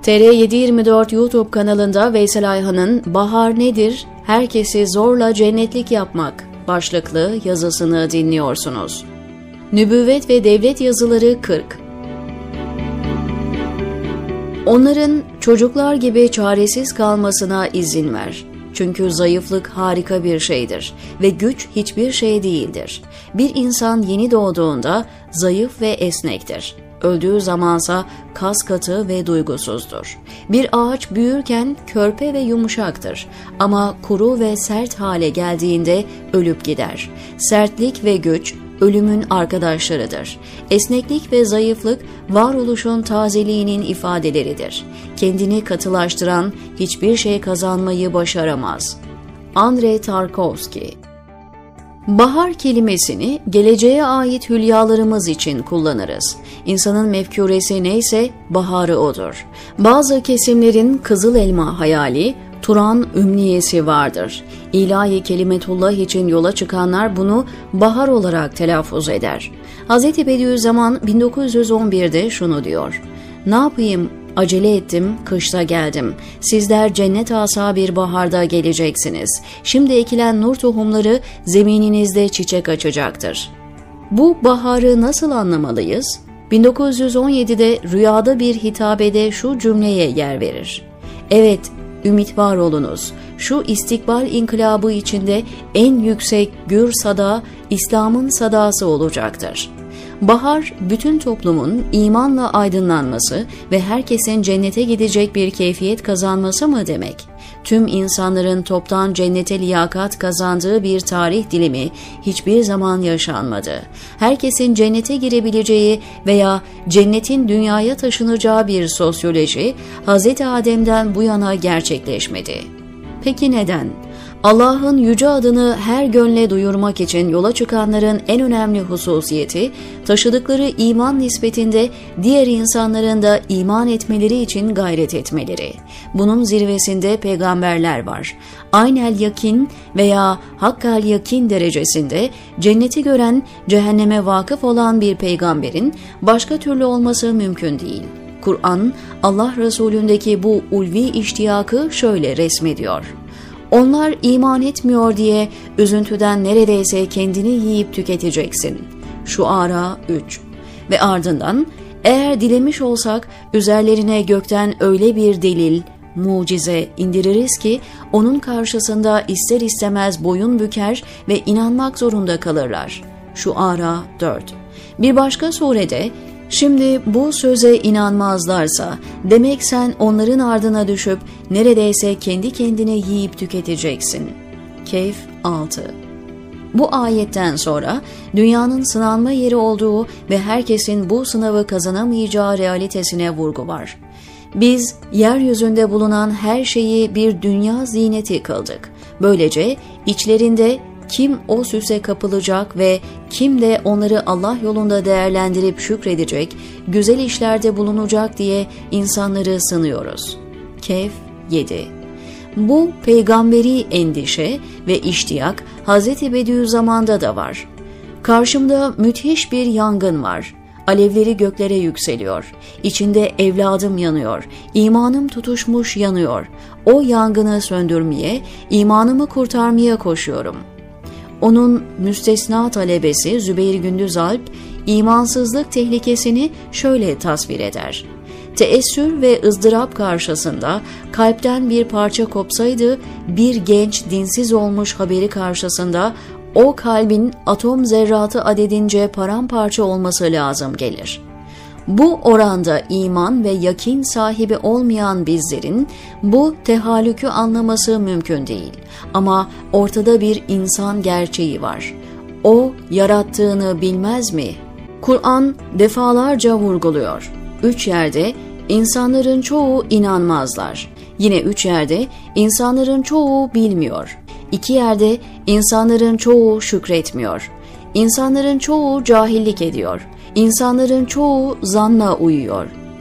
TR724 YouTube kanalında Veysel Ayhan'ın "Bahar Nedir? Herkesi Zorla Cennetlik Yapmak" başlıklı yazısını dinliyorsunuz. Nübüvvet ve Devlet Yazıları 40. Onların çocuklar gibi çaresiz kalmasına izin ver. Çünkü zayıflık harika bir şeydir ve güç hiçbir şey değildir. Bir insan yeni doğduğunda zayıf ve esnektir. Öldüğü zamansa kas katı ve duygusuzdur. Bir ağaç büyürken körpe ve yumuşaktır ama kuru ve sert hale geldiğinde ölüp gider. Sertlik ve güç ölümün arkadaşlarıdır. Esneklik ve zayıflık varoluşun tazeliğinin ifadeleridir. Kendini katılaştıran hiçbir şey kazanmayı başaramaz. Andrei Tarkovski. Bahar kelimesini geleceğe ait hülyalarımız için kullanırız. İnsanın mefkûresi neyse baharı odur. Bazı kesimlerin kızıl elma hayali, Turan ümniyesi vardır. İlahi kelimetullah için yola çıkanlar bunu bahar olarak telaffuz eder. Hz. Bediüzzaman 1911'de şunu diyor: "Ne yapayım? Acele ettim, kışta geldim. Sizler cennet asa bir baharda geleceksiniz. Şimdi ekilen nur tohumları zemininizde çiçek açacaktır." Bu baharı nasıl anlamalıyız? 1917'de rüyada bir hitabede şu cümleye yer verir: "Evet, ümit var olunuz. Şu istikbal inkılabı içinde en yüksek gür sada, İslam'ın sadası olacaktır." Bahar, bütün toplumun imanla aydınlanması ve herkesin cennete gidecek bir keyfiyet kazanması mı demek? Tüm insanların toptan cennete liyakat kazandığı bir tarih dilimi hiçbir zaman yaşanmadı. Herkesin cennete girebileceği veya cennetin dünyaya taşınacağı bir sosyoloji Hz. Adem'den bu yana gerçekleşmedi. Peki neden? Allah'ın yüce adını her gönle duyurmak için yola çıkanların en önemli hususiyeti, taşıdıkları iman nispetinde diğer insanların da iman etmeleri için gayret etmeleri. Bunun zirvesinde peygamberler var. Aynel yakin veya hakkal yakin derecesinde cenneti gören, cehenneme vakıf olan bir peygamberin başka türlü olması mümkün değil. Kur'an, Allah Resulündeki bu ulvi iştiyakı şöyle resmediyor: "Onlar iman etmiyor diye üzüntüden neredeyse kendini yiyip tüketeceksin." Şuara 3. Ve ardından, "Eğer dilemiş olsak üzerlerine gökten öyle bir delil, mucize indiririz ki onun karşısında ister istemez boyun büker ve inanmak zorunda kalırlar." Şuara 4. Bir başka surede, "Şimdi bu söze inanmazlarsa demek sen onların ardına düşüp neredeyse kendi kendine yiyip tüketeceksin." Kehf 6. Bu ayetten sonra dünyanın sınanma yeri olduğu ve herkesin bu sınavı kazanamayacağı realitesine vurgu var. Biz yeryüzünde bulunan her şeyi bir dünya zineti kıldık. Böylece içlerinde kim o süse kapılacak ve kim de onları Allah yolunda değerlendirip şükredecek, güzel işlerde bulunacak diye insanları sınıyoruz. Kehf 7. Bu peygamberi endişe ve iştiyak Hz. Bediüzzaman'da da var. "Karşımda müthiş bir yangın var. Alevleri göklere yükseliyor. İçinde evladım yanıyor. İmanım tutuşmuş yanıyor. O yangını söndürmeye, imanımı kurtarmaya koşuyorum." Onun müstesna talebesi Zübeyir Gündüzalp, imansızlık tehlikesini şöyle tasvir eder: "Teessür ve ızdırap karşısında kalpten bir parça kopsaydı, bir genç dinsiz olmuş haberi karşısında o kalbin atom zerratı adedince paramparça olması lazım gelir." Bu oranda iman ve yakin sahibi olmayan bizlerin bu tehallükü anlaması mümkün değil. Ama ortada bir insan gerçeği var. O yarattığını bilmez mi? Kur'an defalarca vurguluyor. 3 yerde insanların çoğu inanmazlar. Yine 3 yerde insanların çoğu bilmiyor. 2 yerde insanların çoğu şükretmiyor. İnsanların çoğu cahillik ediyor. İnsanların çoğu zanla uyuyor.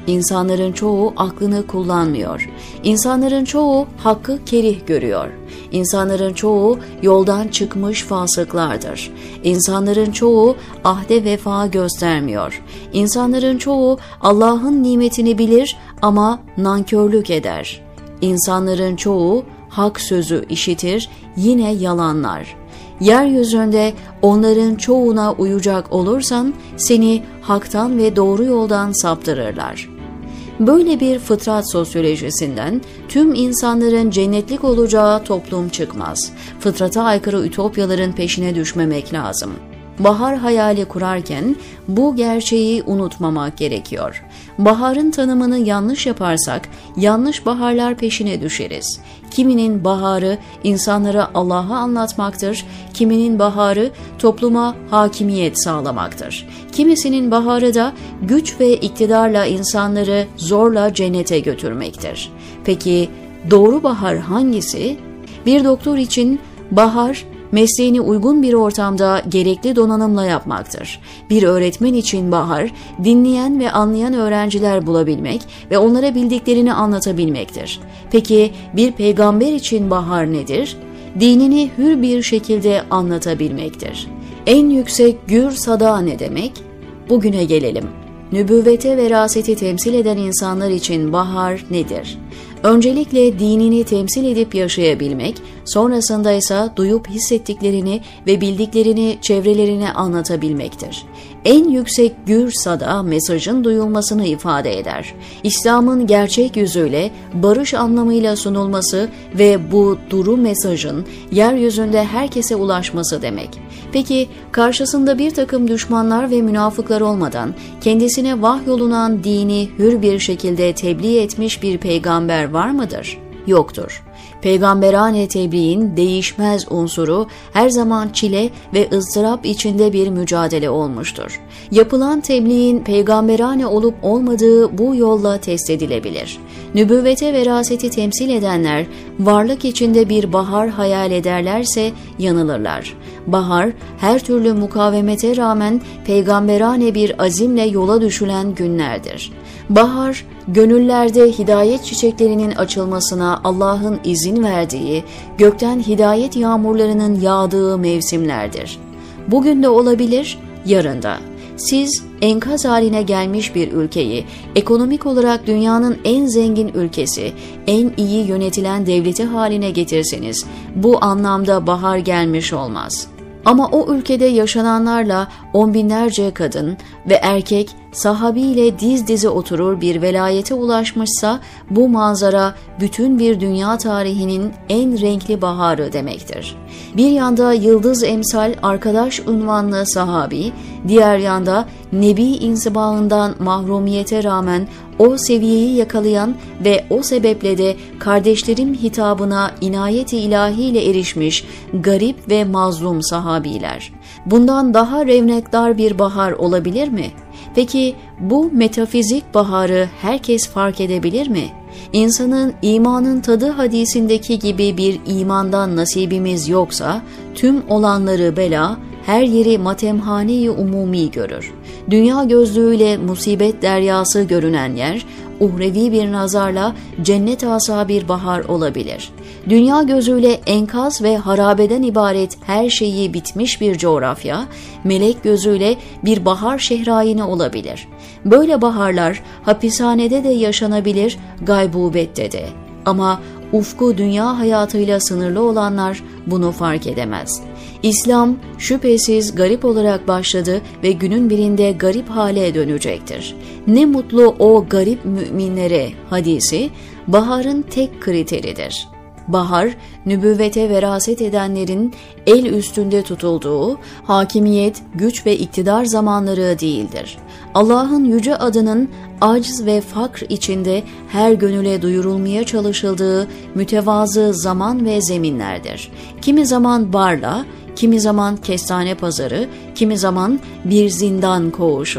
İnsanların çoğu aklını kullanmıyor. İnsanların çoğu hakkı kerih görüyor. İnsanların çoğu yoldan çıkmış fasıklardır. İnsanların çoğu ahde vefa göstermiyor. İnsanların çoğu Allah'ın nimetini bilir ama nankörlük eder. İnsanların çoğu hak sözü işitir, yine yalanlar. Yeryüzünde onların çoğuna uyacak olursan seni haktan ve doğru yoldan saptırırlar. Böyle bir fıtrat sosyolojisinden tüm insanların cennetlik olacağı toplum çıkmaz. Fıtrata aykırı ütopyaların peşine düşmemek lazım. Bahar hayali kurarken bu gerçeği unutmamak gerekiyor. Baharın tanımını yanlış yaparsak yanlış baharlar peşine düşeriz. Kiminin baharı insanlara Allah'ı anlatmaktır, kiminin baharı topluma hakimiyet sağlamaktır. Kimisinin baharı da güç ve iktidarla insanları zorla cennete götürmektir. Peki doğru bahar hangisi? Bir doktor için bahar, mesleğini uygun bir ortamda gerekli donanımla yapmaktır. Bir öğretmen için bahar, dinleyen ve anlayan öğrenciler bulabilmek ve onlara bildiklerini anlatabilmektir. Peki bir peygamber için bahar nedir? Dinini hür bir şekilde anlatabilmektir. En yüksek gür sada ne demek? Bugüne gelelim. Nübüvvete veraseti temsil eden insanlar için bahar nedir? Öncelikle dinini temsil edip yaşayabilmek, sonrasında ise duyup hissettiklerini ve bildiklerini çevrelerine anlatabilmektir. En yüksek gür sada mesajın duyulmasını ifade eder. İslam'ın gerçek yüzüyle, barış anlamıyla sunulması ve bu duru mesajın yeryüzünde herkese ulaşması demek. Peki karşısında bir takım düşmanlar ve münafıklar olmadan kendisine vahyolunan dini hür bir şekilde tebliğ etmiş bir peygamber var mıdır? Yoktur. Peygamberane tebliğin değişmez unsuru her zaman çile ve ızdırap içinde bir mücadele olmuştur. Yapılan tebliğin peygamberane olup olmadığı bu yolla test edilebilir. Nübüvvete veraseti temsil edenler varlık içinde bir bahar hayal ederlerse yanılırlar. Bahar, her türlü mukavemete rağmen peygamberane bir azimle yola düşülen günlerdir. Bahar, gönüllerde hidayet çiçeklerinin açılmasına Allah'ın izin verdiği, gökten hidayet yağmurlarının yağdığı mevsimlerdir. Bugün de olabilir, yarın da. Siz enkaz haline gelmiş bir ülkeyi, ekonomik olarak dünyanın en zengin ülkesi, en iyi yönetilen devleti haline getirseniz, bu anlamda bahar gelmiş olmaz. Ama o ülkede yaşananlarla on binlerce kadın ve erkek sahabiyle diz dize oturur bir velayete ulaşmışsa bu manzara bütün bir dünya tarihinin en renkli baharı demektir. Bir yanda yıldız emsal arkadaş unvanlı sahabi, diğer yanda nebi insibağından mahrumiyete rağmen o seviyeyi yakalayan ve o sebeple de kardeşlerim hitabına inayet-i ilahiyle erişmiş garip ve mazlum sahabiler. Bundan daha revnekdar bir bahar olabilir mi? Peki bu metafizik baharı herkes fark edebilir mi? İnsanın imanın tadı hadisindeki gibi bir imandan nasibimiz yoksa tüm olanları bela, her yeri matemhane-i umumi görür. Dünya gözlüğüyle musibet deryası görünen yer, uhrevi bir nazarla cennet asa bir bahar olabilir. Dünya gözüyle enkaz ve harabeden ibaret her şeyi bitmiş bir coğrafya, melek gözüyle bir bahar şehrayine olabilir. Böyle baharlar hapishanede de yaşanabilir, gaybubette de. Ama ufku dünya hayatıyla sınırlı olanlar bunu fark edemez. İslam şüphesiz garip olarak başladı ve günün birinde garip hale dönecektir. Ne mutlu o garip müminlere hadisi, baharın tek kriteridir. Bahar, nübüvvete veraset edenlerin el üstünde tutulduğu, hakimiyet, güç ve iktidar zamanları değildir. Allah'ın yüce adının aciz ve fakr içinde her gönüle duyurulmaya çalışıldığı mütevazı zaman ve zeminlerdir. Kimi zaman barla, kimi zaman kestane pazarı, kimi zaman bir zindan koğuşu.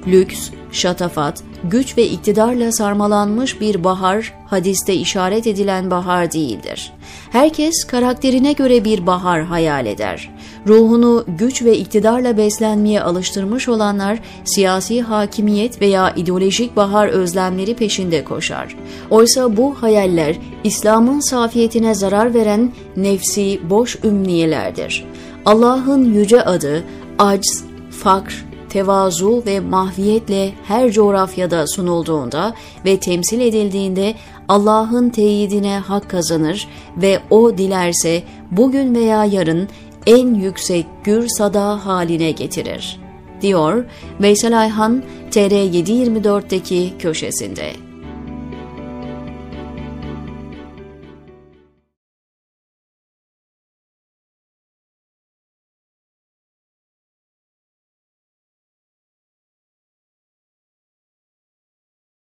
Lüks, şatafat, güç ve iktidarla sarmalanmış bir bahar, hadiste işaret edilen bahar değildir. Herkes karakterine göre bir bahar hayal eder. Ruhunu güç ve iktidarla beslenmeye alıştırmış olanlar siyasi hakimiyet veya ideolojik bahar özlemleri peşinde koşar. Oysa bu hayaller İslam'ın safiyetine zarar veren nefsi boş ümniyelerdir. Allah'ın yüce adı, acz, fakr, tevazu ve mahviyetle her coğrafyada sunulduğunda ve temsil edildiğinde Allah'ın teyidine hak kazanır ve O dilerse bugün veya yarın en yüksek gür sada haline getirir, diyor Veysel Ayhan TR724'deki köşesinde.